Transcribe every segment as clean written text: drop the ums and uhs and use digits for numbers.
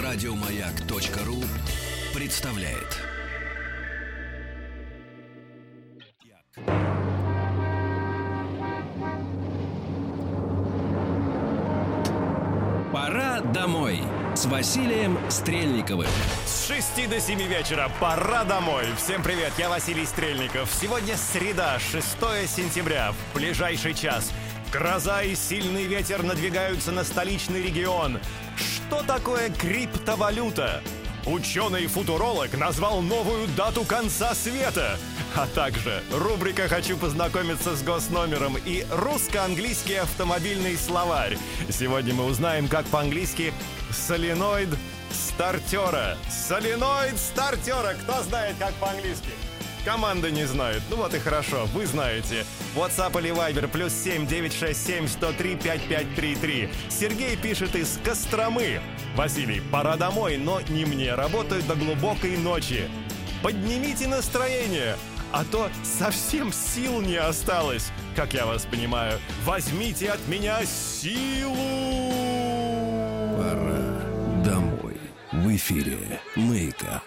Радиомаяк.ру представляет. Пора домой с Василием Стрельниковым. С 6 до 7 вечера пора домой. Всем привет, я Василий Стрельников. Сегодня среда, 6 сентября. В ближайший час гроза и сильный ветер надвигаются на столичный регион. Что такое криптовалюта? Ученый-футуролог назвал новую дату конца света. А также рубрика «Хочу познакомиться с госномером» и русско-английский автомобильный словарь. Сегодня мы узнаем, как по-английски соленоид стартера. Соленоид стартера. Кто знает, как по-английски? Команда не знает. Ну вот и хорошо, вы знаете. WhatsApp или Viber +7 967 103 5533. Сергей пишет из Костромы. Василий, пора домой, но не мне. Работаю до глубокой ночи. Поднимите настроение, а то совсем сил не осталось. Как я вас понимаю, возьмите от меня силу. Пора домой. В эфире Маяка.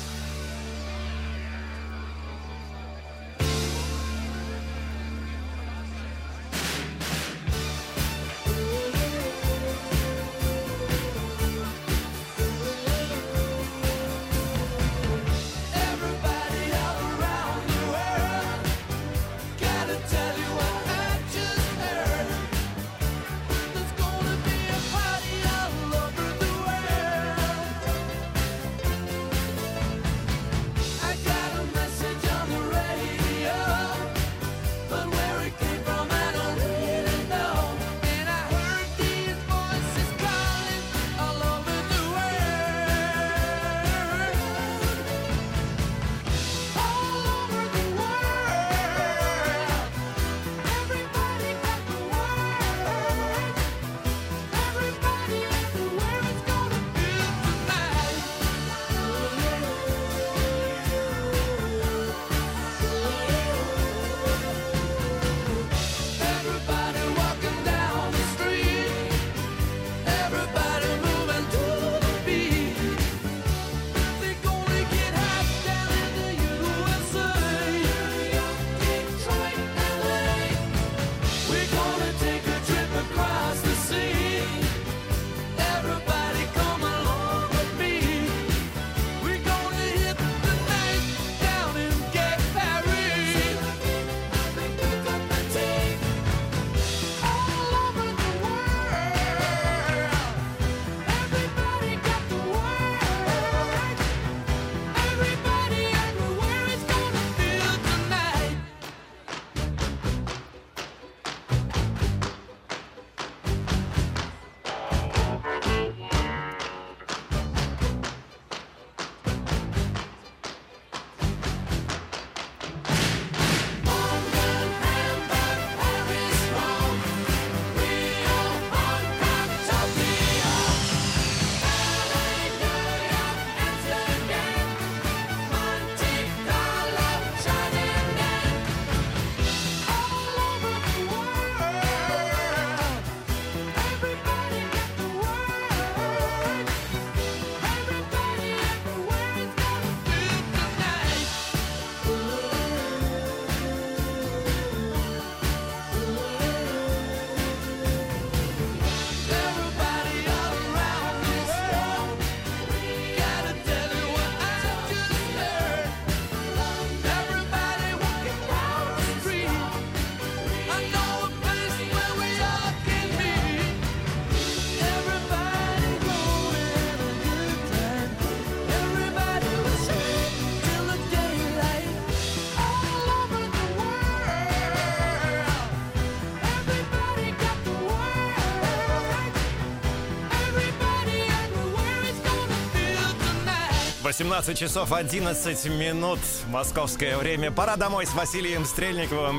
В 18 часов 11 минут московское время. Пора домой с Василием Стрельниковым.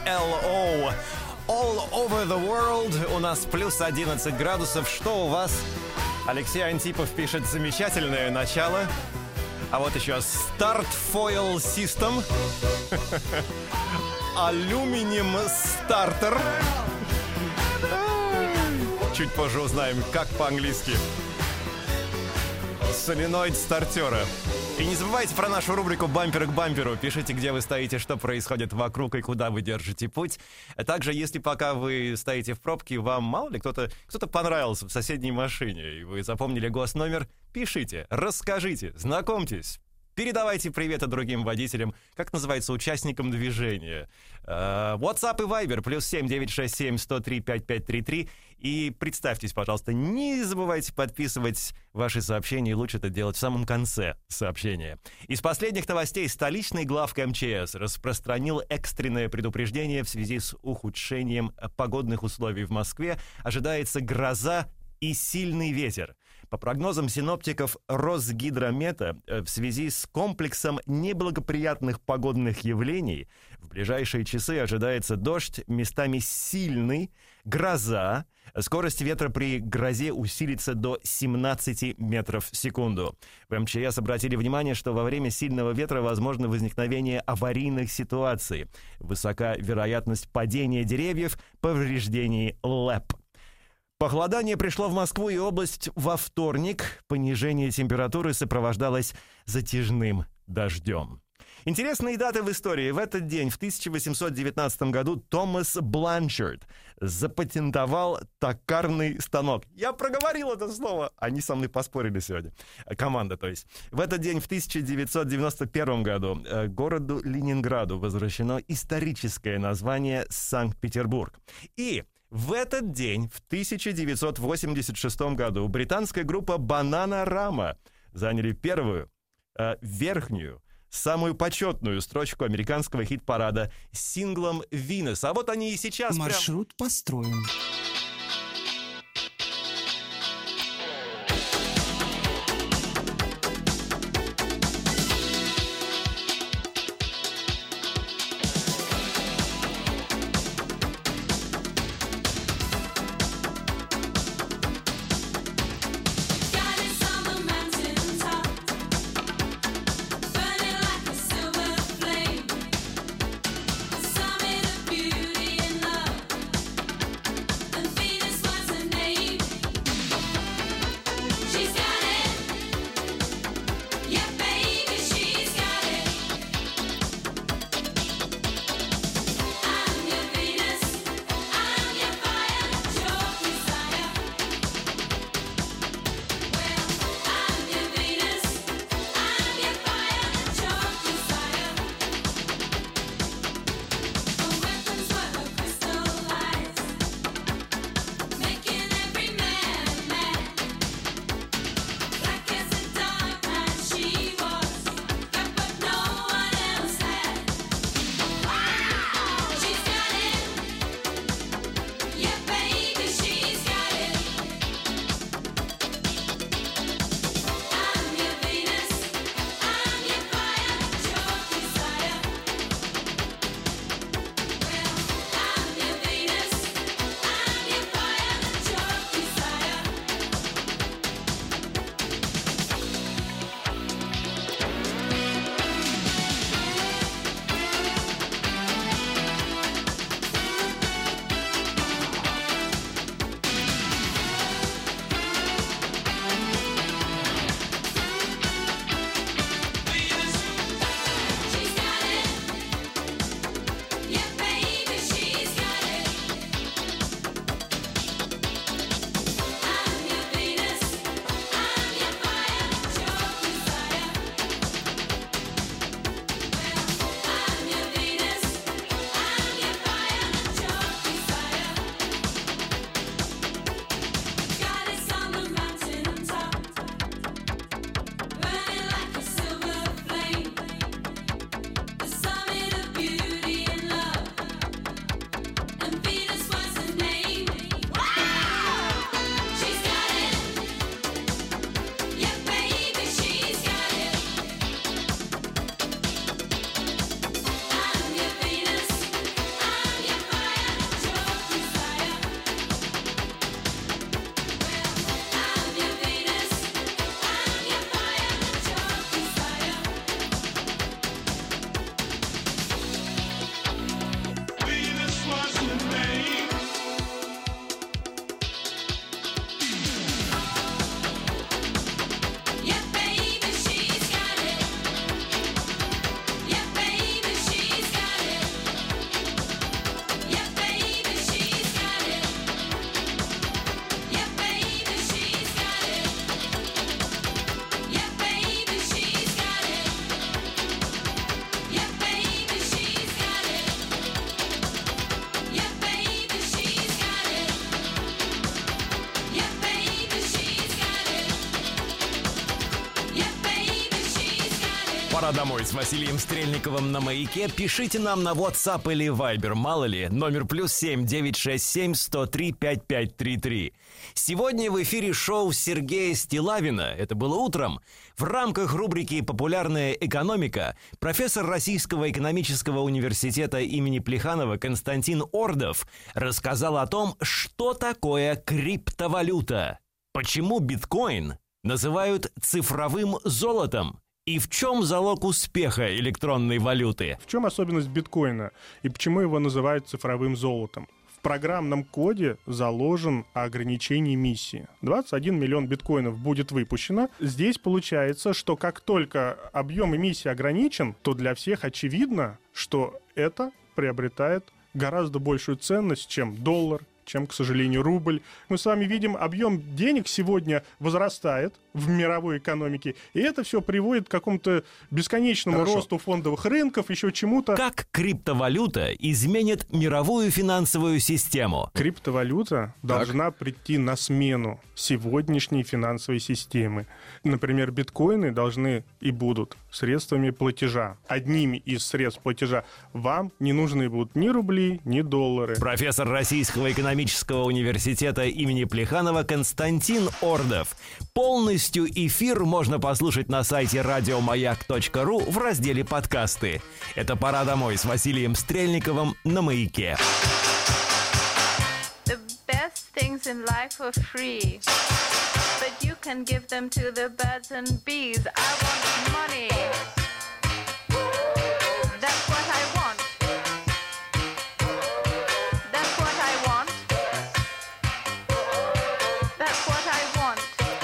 ELO. All over the world. У нас плюс 11 градусов. Что у вас? Алексей Антипов пишет: замечательное начало. А вот еще Start Foil System. Алюминиум стартер. Чуть позже узнаем, как по-английски. соленоид стартера. И не забывайте про нашу рубрику «Бампер к бамперу». Пишите, где вы стоите, что происходит вокруг и куда вы держите путь. А также, если пока вы стоите в пробке, вам мало ли кто-то понравился в соседней машине, и вы запомнили госномер, пишите, расскажите, знакомьтесь. Передавайте приветы другим водителям, как называется, участникам движения. WhatsApp и Viber, +7 967 103 5533. И представьтесь, пожалуйста, не забывайте подписывать ваши сообщения, и лучше это делать в самом конце сообщения. Из последних новостей столичный главк МЧС распространил экстренное предупреждение в связи с ухудшением погодных условий в Москве. Ожидается гроза и сильный ветер. По прогнозам синоптиков Росгидромета, в связи с комплексом неблагоприятных погодных явлений в ближайшие часы ожидается дождь, местами сильный, гроза. Скорость ветра при грозе усилится до 17 метров в секунду. В МЧС обратили внимание, что во время сильного ветра возможно возникновение аварийных ситуаций. Высока вероятность падения деревьев, повреждений ЛЭП. Похолодание пришло в Москву и область во вторник. Понижение температуры сопровождалось затяжным дождем. Интересные даты в истории. В этот день, в 1819 году, Томас Бланшард запатентовал токарный станок. Я проговорил это слово. Они со мной поспорили сегодня. Команда, то есть. В этот день, в 1991 году, городу Ленинграду возвращено историческое название Санкт-Петербург. И в этот день, в 1986 году, британская группа Бананарама заняли первую, верхнюю, самую почетную строчку американского хит-парада с синглом «Venus». А вот они и сейчас Маршрут построен. Пора домой с Василием Стрельниковым на Маяке. Пишите нам на WhatsApp или Viber, мало ли, номер +7 967 103 5533. Сегодня в эфире шоу Сергея Стилавина. Это было утром. В рамках рубрики «Популярная экономика» профессор Российского экономического университета имени Плеханова Константин Ордов рассказал о том, что такое криптовалюта, почему биткоин называют цифровым золотом и в чем залог успеха электронной валюты. В чем особенность биткоина и почему его называют цифровым золотом? В программном коде заложен ограничение эмиссии. 21 миллион биткоинов будет выпущено. Здесь получается, что как только объем эмиссии ограничен, то для всех очевидно, что это приобретает гораздо большую ценность, чем доллар, чем, к сожалению, рубль. Мы с вами видим, объем денег сегодня возрастает в мировой экономике, и это все приводит к какому-то бесконечному росту фондовых рынков, еще чему-то. Как криптовалюта изменит мировую финансовую систему? Криптовалюта должна прийти на смену сегодняшней финансовой системы. Например, биткоины должны и будут средствами платежа. Одними из средств платежа вам не нужны будут ни рубли, ни доллары. Профессор Российского экономического университета имени Плеханова Константин Ордов. Полностью эфир можно послушать на сайте радиомаяк.ру в разделе «Подкасты». Это «Пора домой» с Василием Стрельниковым на Маяке. The best things in life are free, but you can give them to the birds and bees. I want money. That's what I want. That's what I want. That's what I want.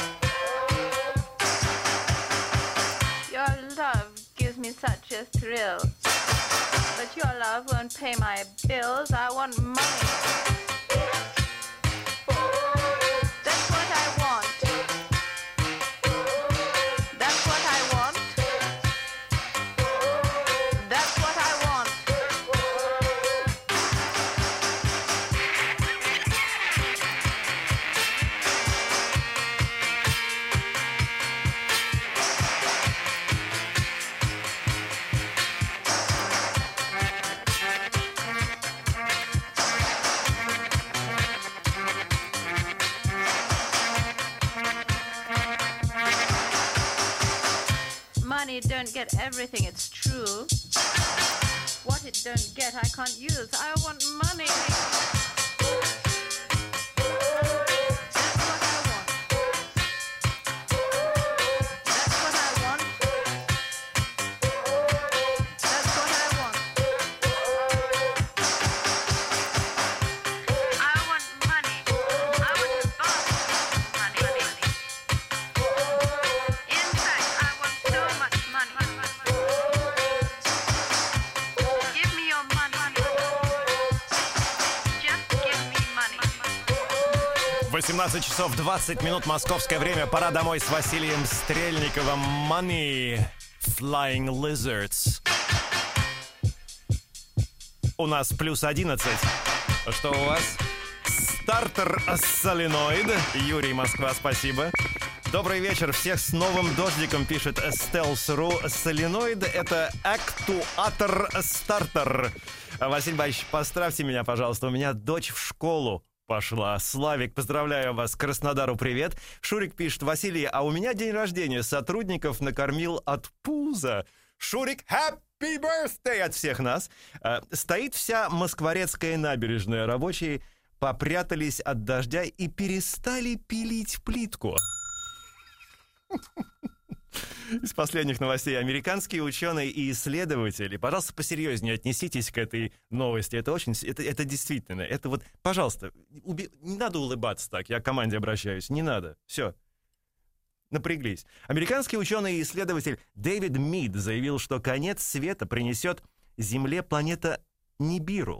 Your love gives me such a thrill, but your love won't pay my bills. I want money. That's what I want. That's what I want. That's what I want. Money don't get everything, it's true. What it don't get, I can't use. I want money. That's what I want. That's what I want. That's what I want. I want money. I want to buy money. In fact, I want so much money. Give me your money. Just give me money. 18 часов 20 минут московское время. Пора домой с Василием Стрельниковым. Money. Flying Lizards. У нас +11. Что у вас? Стартер соленоид. Юрий, Москва, спасибо. Добрый вечер. Всех с новым дождиком, пишет Стелс.ру. Соленоид — это актуатор стартер. Василий Борисович, поздравьте меня, пожалуйста. У меня дочь в школу пошла. Славик, поздравляю вас. Краснодару привет. Шурик пишет: Василий, а у меня день рождения. Сотрудников накормил от пуза. Шурик, happy birthday от всех нас. Стоит вся Москворецкая набережная. Рабочие попрятались от дождя и перестали пилить плитку. Из последних новостей. Американские ученые и исследователи, пожалуйста, посерьезнее отнеситесь к этой новости. Это очень, это действительно, это вот, пожалуйста, не надо улыбаться так, я к команде обращаюсь, не надо, все. Напряглись. Американский ученый и исследователь Дэвид Мид заявил, что конец света принесет Земле планета Нибиру.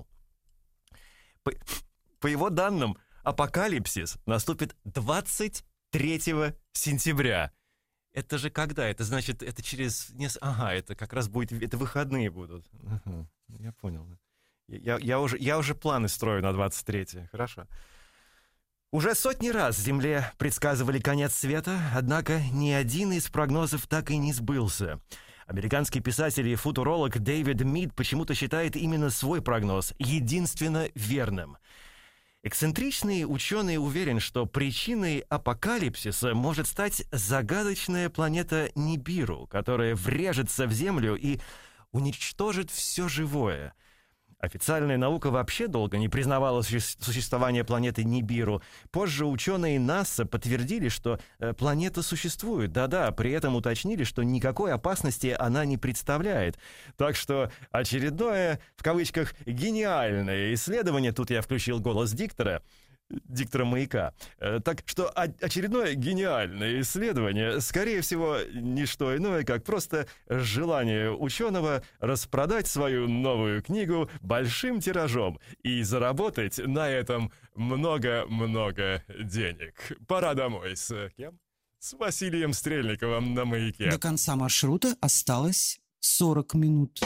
По его данным, апокалипсис наступит 23 сентября. Это же когда? Это значит, это через... Ага, это как раз будет... Это выходные будут. Ага, я понял. Я уже планы строю на 23-е. Хорошо. Уже сотни раз Земле предсказывали конец света, однако ни один из прогнозов так и не сбылся. Американский писатель и футуролог Дэвид Мид почему-то считает именно свой прогноз единственно верным. Эксцентричный ученый уверен, что причиной апокалипсиса может стать загадочная планета Нибиру, которая врежется в Землю и уничтожит все живое. Официальная наука вообще долго не признавала существование планеты Нибиру. Позже ученые НАСА подтвердили, что планета существует. Да-да, при этом уточнили, что никакой опасности она не представляет. Так что очередное, в кавычках, гениальное исследование, тут я включил голос диктора «Маяка». Так что очередное гениальное исследование, скорее всего, не что иное, как просто желание ученого распродать свою новую книгу большим тиражом и заработать на этом много-много денег. Пора домой. С кем? С Василием Стрельниковым на «Маяке». До конца маршрута осталось 40 минут.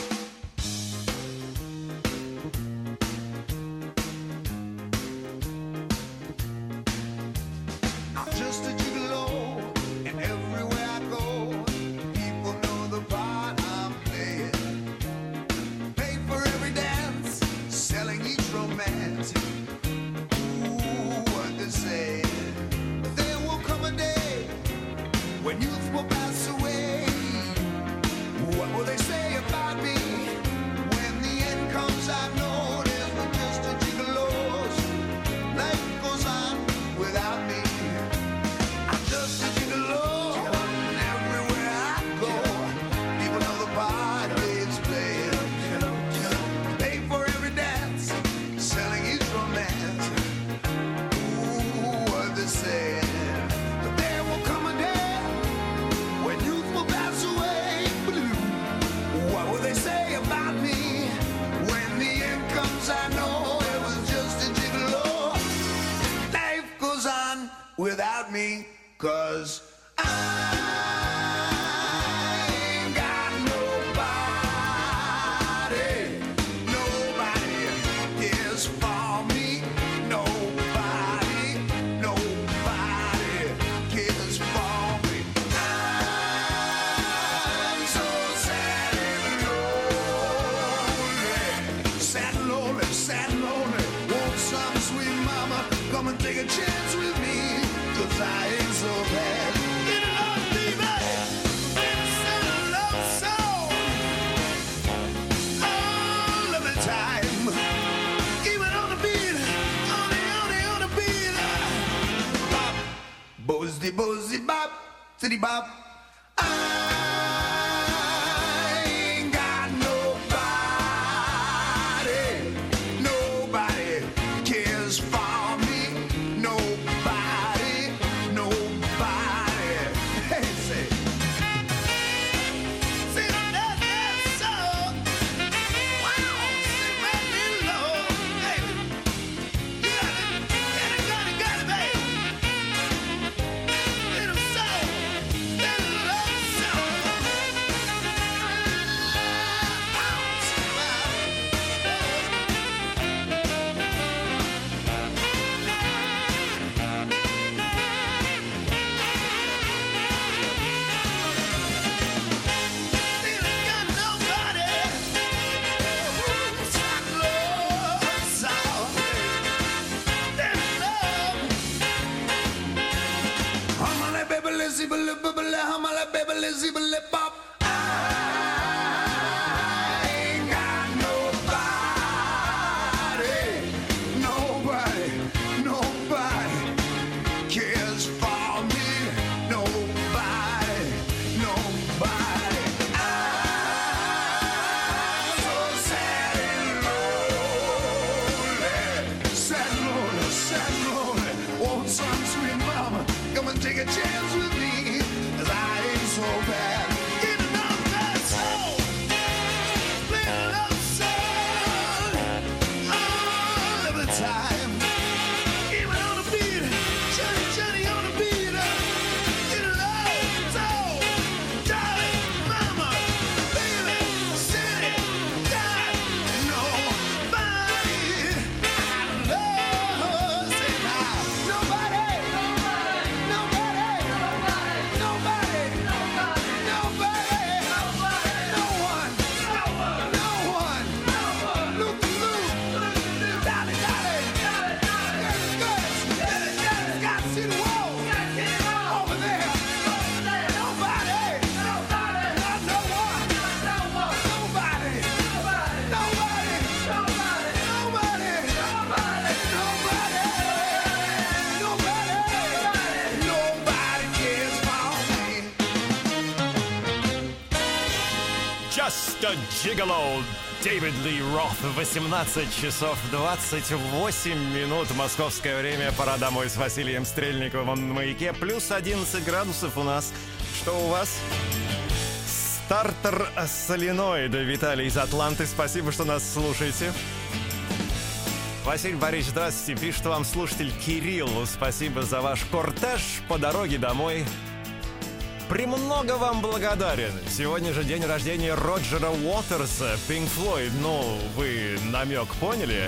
Without me, 'cause I ain't got nobody. Nobody cares for me. Nobody cares for me. I'm so sad and lonely. Sad and lonely. Want some sweet mama come and take a chance with me. 'Cause I ain't so bad. Get along, baby. It's a love song. All of the time. Even on the beat. On the beat. Bop. Bozzy, bozzy, bop. City bop. I ain't got nobody. Nobody cares for me. Nobody. Hey, say that song. Wow, say let me know, baby. You got it, baby. Little soul, little love song. Take a chance with me, 'cause I ain't so bad. Get enough that soul, little love soul, all of the time. Even on the beat, Johnny on the beat. Get enough soul, darling, mama, baby, city, got nobody. I love, say now, nobody. Just a Gigolo. Дэвид Ли Рот. 18 часов 28 минут. Московское время. Пора домой с Василием Стрельниковым на маяке. Плюс 11 градусов у нас. Что у вас? Стартер соленоида. Виталий из Атланты. Спасибо, что нас слушаете. Василий Борисович, здравствуйте. Пишет вам слушатель Кирилл. Спасибо за ваш кортеж по дороге домой. Премного вам благодарен. Сегодня же день рождения Роджера Уотерса, Pink Floyd. Ну, вы намек поняли?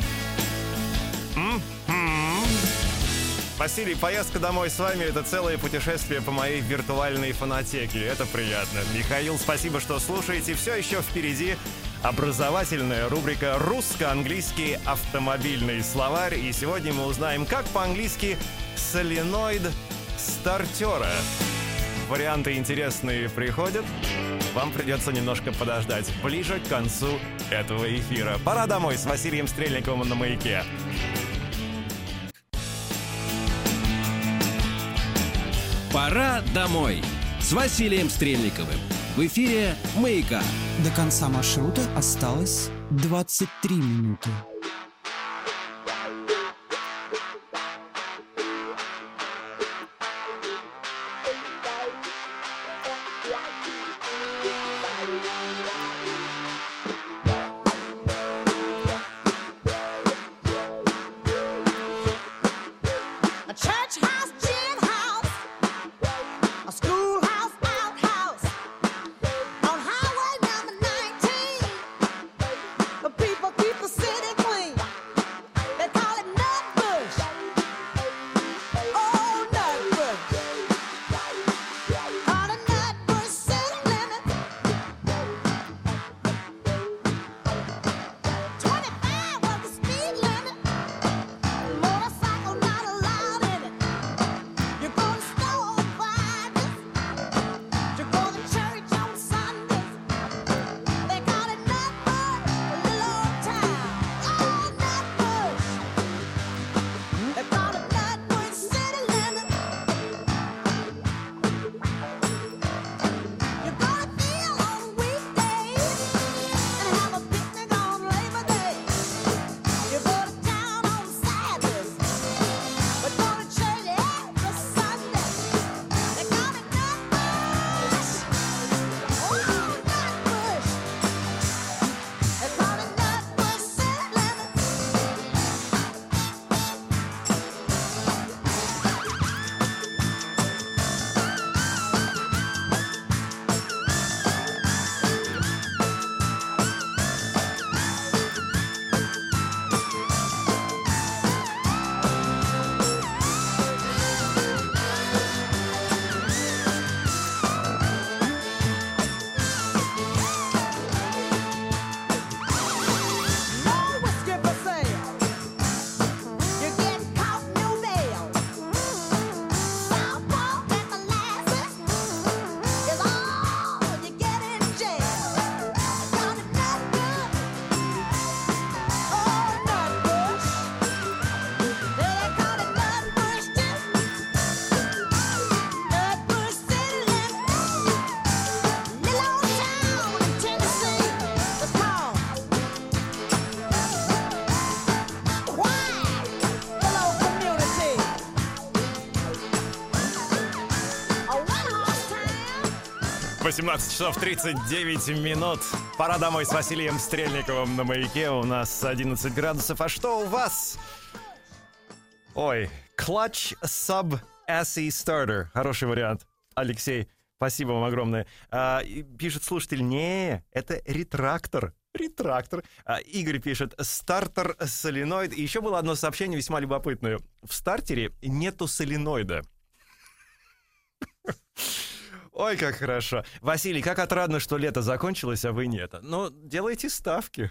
Василий, поездка домой с вами — это целое путешествие по моей виртуальной фонотеке. Это приятно. Михаил, спасибо, что слушаете. Все еще впереди образовательная рубрика «Русско-английский автомобильный словарь». И сегодня мы узнаем, как по-английски соленоид стартера. Варианты интересные приходят. Вам придется немножко подождать. Ближе к концу этого эфира. Пора домой с Василием Стрельниковым на маяке. Пора домой с Василием Стрельниковым. В эфире «Маяка». До конца маршрута осталось 23 минуты. — 18 часов 39 минут. Пора домой с Василием Стрельниковым на маяке. У нас 11 градусов. А что у вас? Ой, Clutch Sub SE Starter. Хороший вариант. Алексей, спасибо вам огромное. Пишет слушатель, не, это ретрактор. Ретрактор. Игорь пишет, стартер соленоид. И еще было одно сообщение весьма любопытное. В стартере нету соленоида. Ой, как хорошо. Василий, как отрадно, что лето закончилось, а вы нет. Ну, делайте ставки.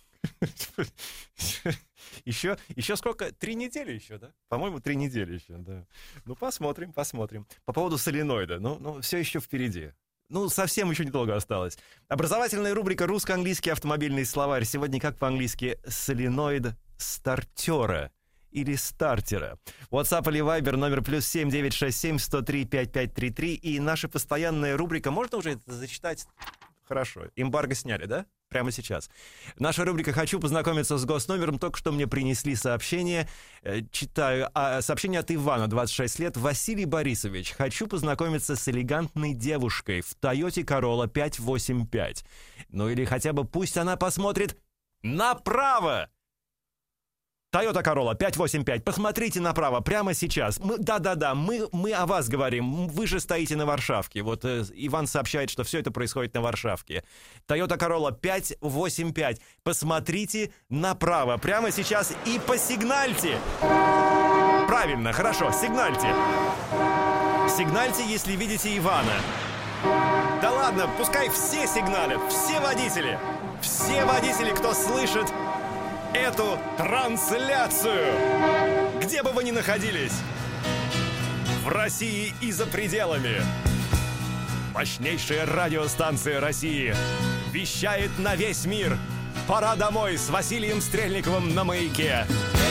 Еще сколько? 3 недели еще, да? По-моему, 3 недели еще, да. Ну, посмотрим. По поводу соленоида. Ну, все еще впереди. Ну, совсем еще недолго осталось. Образовательная рубрика «Русско-английский автомобильный словарь». Сегодня как по-английски соленоид стартера или стартера. WhatsApp или Viber номер +7 967 103 5533. И наша постоянная рубрика, можно уже это зачитать? Хорошо. Эмбарго сняли, да? Прямо сейчас. Наша рубрика «Хочу познакомиться с госномером». Только что мне принесли сообщение. Читаю. Сообщение от Ивана, 26 лет. Василий Борисович, хочу познакомиться с элегантной девушкой в Toyota Corolla 585. Ну или хотя бы пусть она посмотрит направо. Toyota Corolla 585. Посмотрите направо прямо сейчас. Да-да-да, мы о вас говорим. Вы же стоите на Варшавке. Вот Иван сообщает, что все это происходит на Варшавке. Toyota Corolla 585. Посмотрите направо прямо сейчас и посигнальте. Правильно, хорошо, сигнальте. Сигнальте, если видите Ивана. Да ладно, пускай все сигналят, все водители. Все водители, кто слышит эту трансляцию, где бы вы ни находились, в России и за пределами, мощнейшая радиостанция России вещает на весь мир. Пора домой с Василием Стрельниковым на Маяке.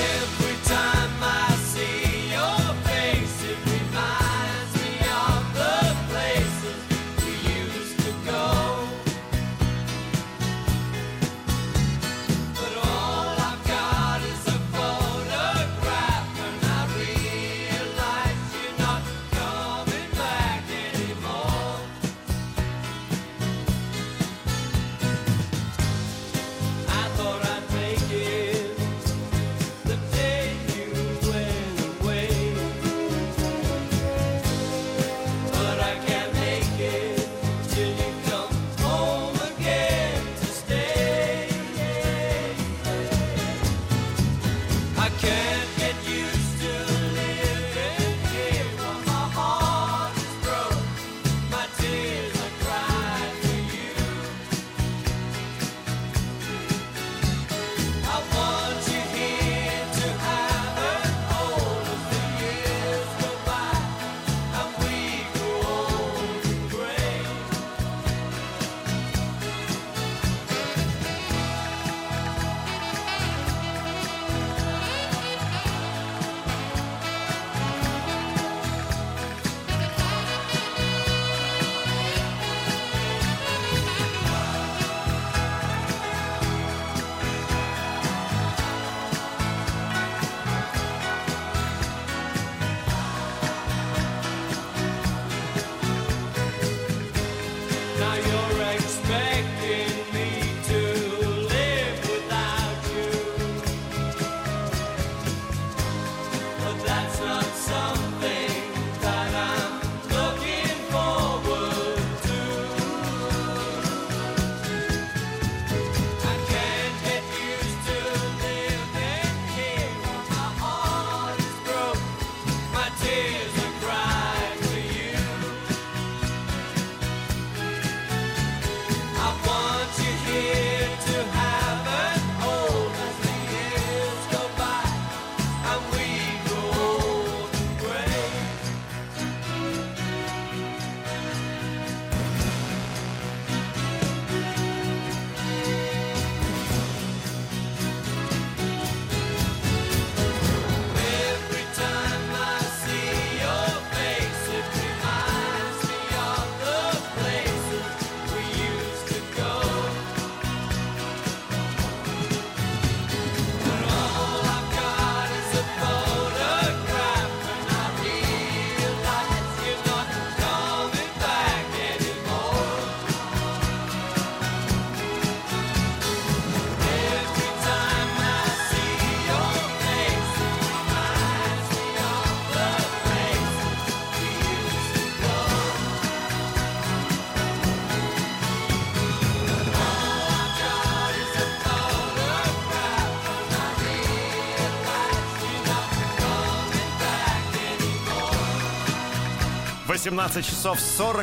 — 18 часов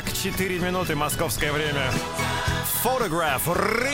44 минуты, московское время. Photograph,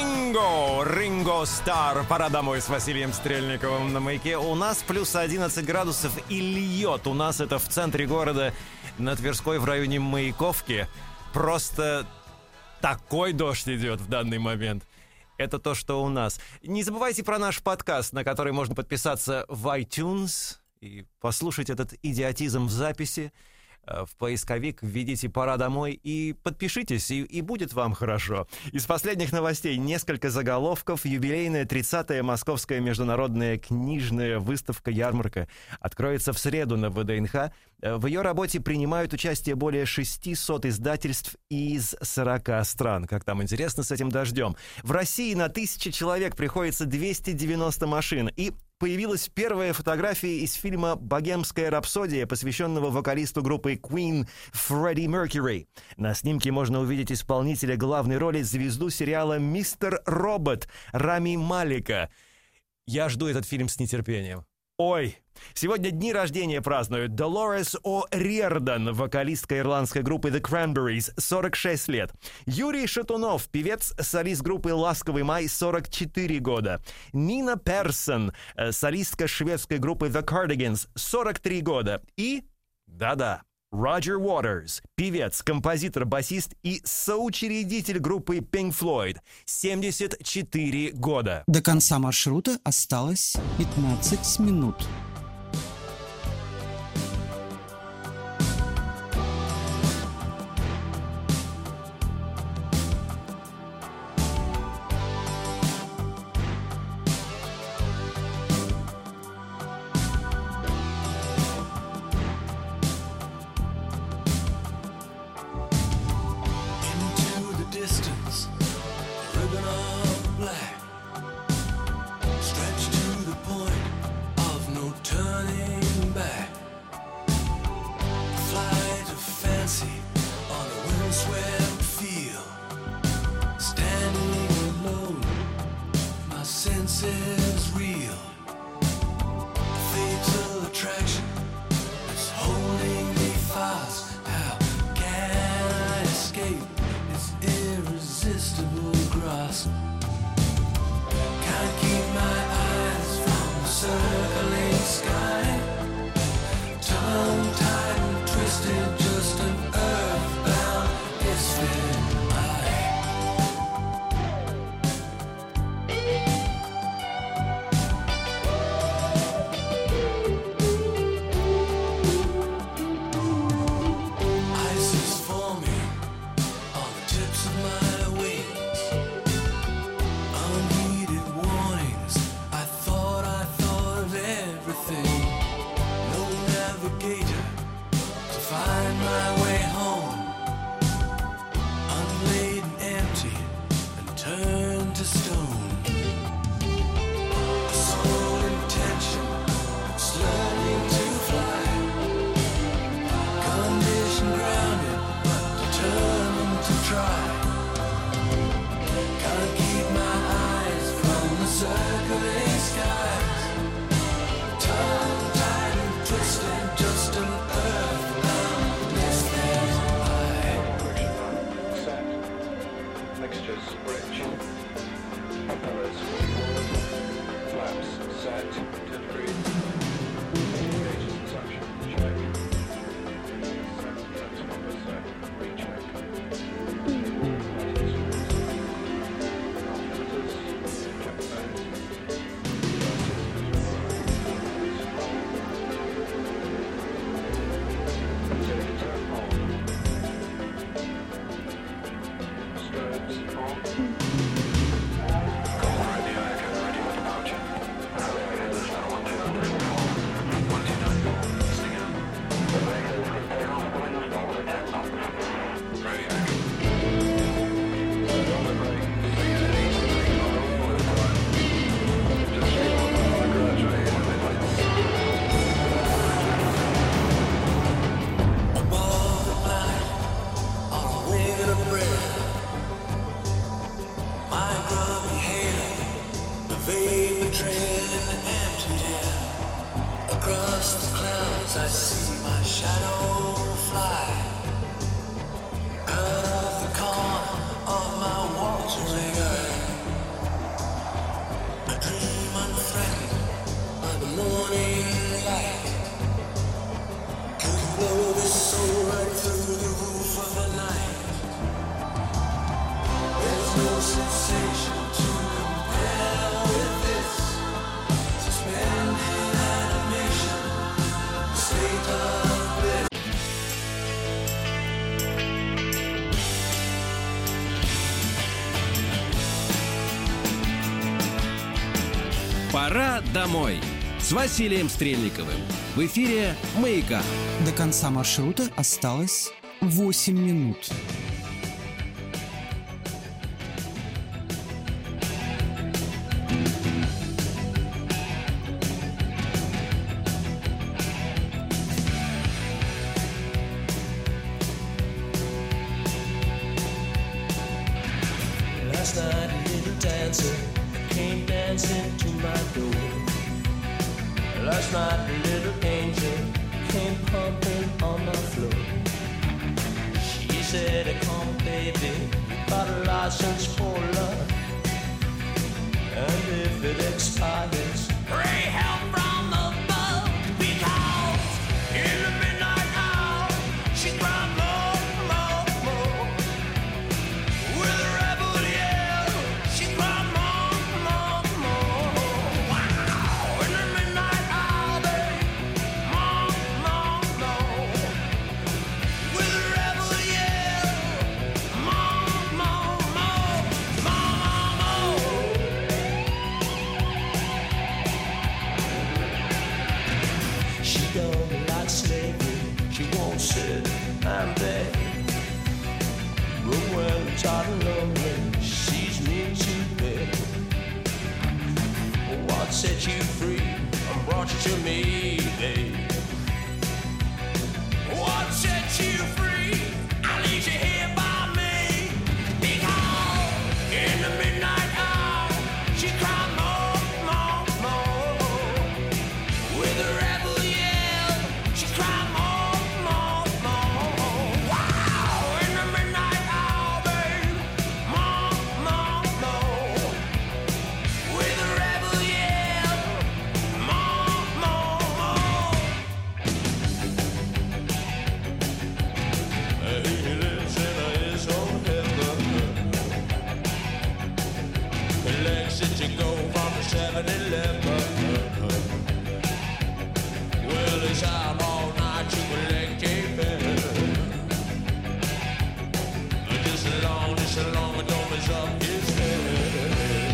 Ringo Starr. Пора домой с Василием Стрельниковым на Маяке. У нас плюс 11 градусов и льет. У нас это в центре города, на Тверской, в районе Маяковки. Просто такой дождь идет в данный момент. Это то, что у нас. Не забывайте про наш подкаст, на который можно подписаться в iTunes и послушать этот идиотизм в записи. в поисковик введите «Пора домой» и подпишитесь, и будет вам хорошо. Из последних новостей несколько заголовков. Юбилейная 30-я Московская международная книжная выставка-ярмарка откроется в среду на ВДНХ. В ее работе принимают участие более 600 издательств из 40 стран. Как там интересно с этим дождем. В России на 1000 человек приходится 290 машин. И появилась первая фотография из фильма «Богемская рапсодия», посвященного вокалисту группы Queen Фредди Меркьюри. На снимке можно увидеть исполнителя главной роли, звезду сериала «Мистер Робот» Рами Малика. Я жду этот фильм с нетерпением. Ой! Сегодня дни рождения празднуют Долорес О'Риордан, вокалистка ирландской группы The Cranberries, 46 лет. Юрий Шатунов, певец, солист группы «Ласковый май», 44 года. Нина Персон, солистка шведской группы The Cardigans, 43 года. И, да-да, Роджер Уотерс, певец, композитор, басист и соучредитель группы Pink Floyd, 74 года. До конца маршрута осталось 15 минут. Into the distance, ribbon of black, stretched to the point of no turning back. Flight of fancy on a windswept field, standing alone, my senses reel. A fatal attraction is holding me fast. How can I escape its irresistible grasp? Can't keep my eyes from the circling sky. Tongue-tied and twisted, just an earthbound misfit Ice is forming on the tips of my wings. Unheeded warnings, I thought of everything. No navigator to find my way home. Unladen, empty, and turned to stone. Sole intention, it's learning to fly. Condition grounded, but determined to try. Can't keep my eyes from the circling skies. Tongue-tied and twisted, just an earthbound misfit eye. Set. Mixtures rich. Propellers forward. Flaps set. 10 degrees. Gauges and suction. Check. Transformer set. Recheck. Filters. Check those. Indicator on. Strobes on. Radio Echo, ready for departure. Above the planet, on a wing and a breath. My grubby halo, the vapor trail in the empty air. Across the clouds, I see my shadow fly. Out of the corner of my watering eye, I dream unthreatened by the morning light. Could blow this soul right through the roof of the night. There's no sensation to compare with this. Suspended animation, state of bliss. Пора домой с Василием Стрельниковым. В эфире «Маяка». До конца маршрута осталось 8 минут. Last night a little dancer came dancing to my door. Last night a little angel came pumping on my floor. She said, come baby, got a license for love. And if it expires, pray help from above. Because in the midnight hour, she cried more, more, more. With a rebel yell, she cried more, more, more. Wow! In the midnight hour, babe, more, more, more. With a rebel yell, more, more, more, more, more. She don't like slavery, she won't sit and beg. But when I'm tired and lonely, she's mean to beg. What set you free and brought you to me, babe? What set you free? I leave you here by me. Because in the midnight hour, she cried more, more, more. With a rebel yell, she cried more, more, more. Wow! In the midnight hour, babe, more, more, more. With a rebel yell, more, more, more. He lives in his own heaven. He likes it to go from the 7-Eleven. Well, he's out all night to collect a bill. Just as long as don't mess up his head.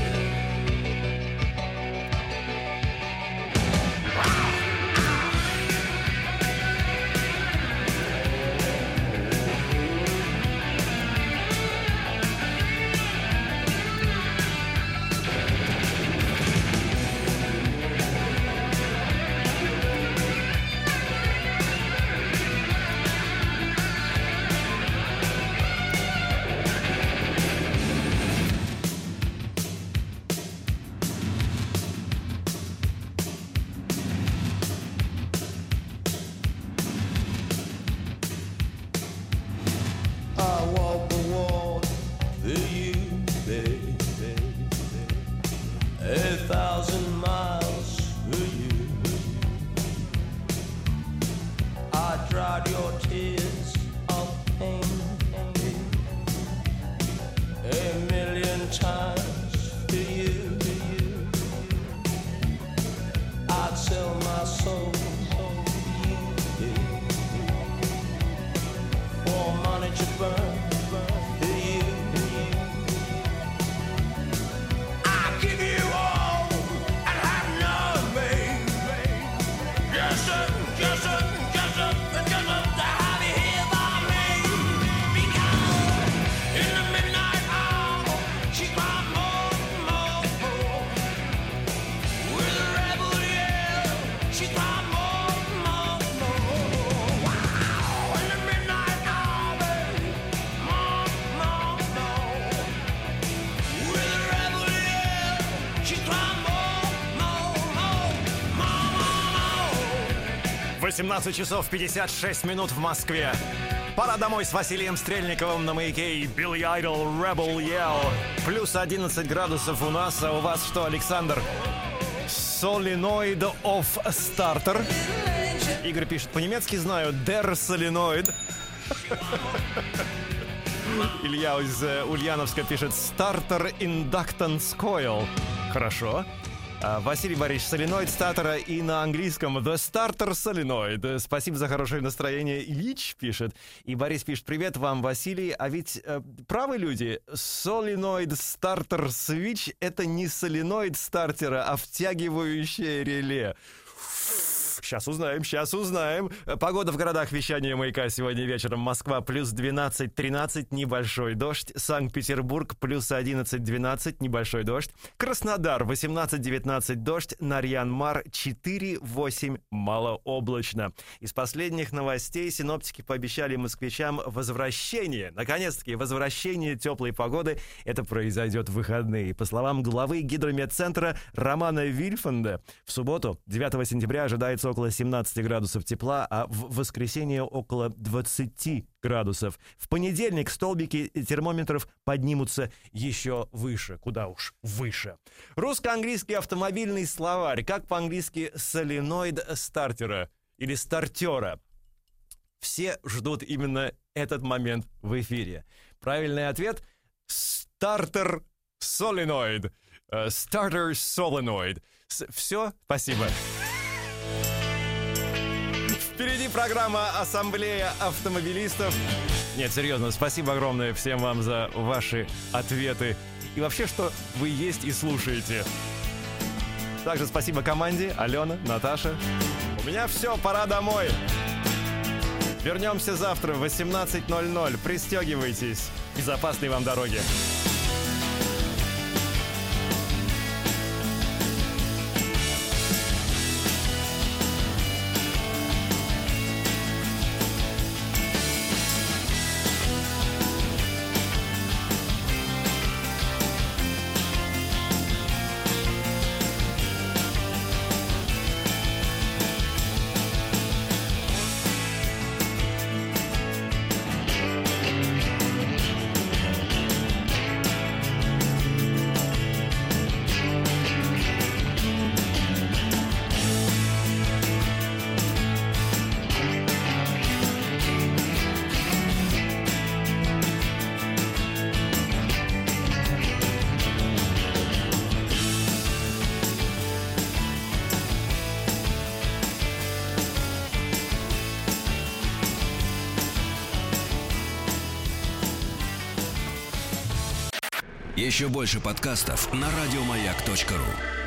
I walk the world for you, baby. 1,000 miles for you. I dried your tears of pain 1,000,000 times for you. I'd sell my soul for you, baby. For money to burn for you. I give you all and have none, baby. Just to have you here by me. Because in the midnight hour, she cried more, more, more. With a rebel yell, she cried more, more, more. Wow! In the midnight hour, baby, more, more, more. With a rebel yell, she cried more, more, more, more, more. 18 часов 56 минут в Москве. Пора домой с Василием Стрельниковым на Маяке и Билли Айдол Rebel Yell. Плюс 11 градусов у нас, а у вас что, Александр? Solenoid of Starter. Игорь пишет по-немецки, знаю. Der Solenoid. Илья из Ульяновска пишет Starter Inductance Coil. Хорошо. Василий Борисович, соленоид стартера и на английском The Starter Solenoid. Спасибо за хорошее настроение. Ильич пишет. И Борис пишет: привет вам, Василий. А ведь правы люди, Solenoid Starter Switch — это не соленоид стартера, а втягивающее реле. Сейчас узнаем. Погода в городах вещания «Маяка» сегодня вечером. Москва плюс 12-13, небольшой дождь. Санкт-Петербург плюс 11-12, небольшой дождь. Краснодар 18-19, дождь. Нарьян-Мар 4-8, малооблачно. Из последних новостей синоптики пообещали москвичам возвращение. Наконец-таки возвращение теплой погоды. Это произойдет в выходные. По словам главы гидрометцентра Романа Вильфанда, в субботу, 9 сентября, ожидается около 17 градусов тепла, а в воскресенье около 20 градусов. В понедельник столбики термометров поднимутся еще выше. Куда уж выше. Русско-английский автомобильный словарь. Как по-английски соленоид стартера или стартера? Все ждут именно этот момент в эфире. Правильный ответ — стартер соленоид. Стартер соленоид. Все, спасибо. Впереди программа «Ассамблея автомобилистов». Нет, серьезно, спасибо огромное всем вам за ваши ответы. И вообще, что вы есть и слушаете. Также спасибо команде, Алена, Наташа. У меня все, пора домой. Вернемся завтра в 18:00. Пристегивайтесь. Безопасной вам дороги. Еще больше подкастов на радиомаяк.ру.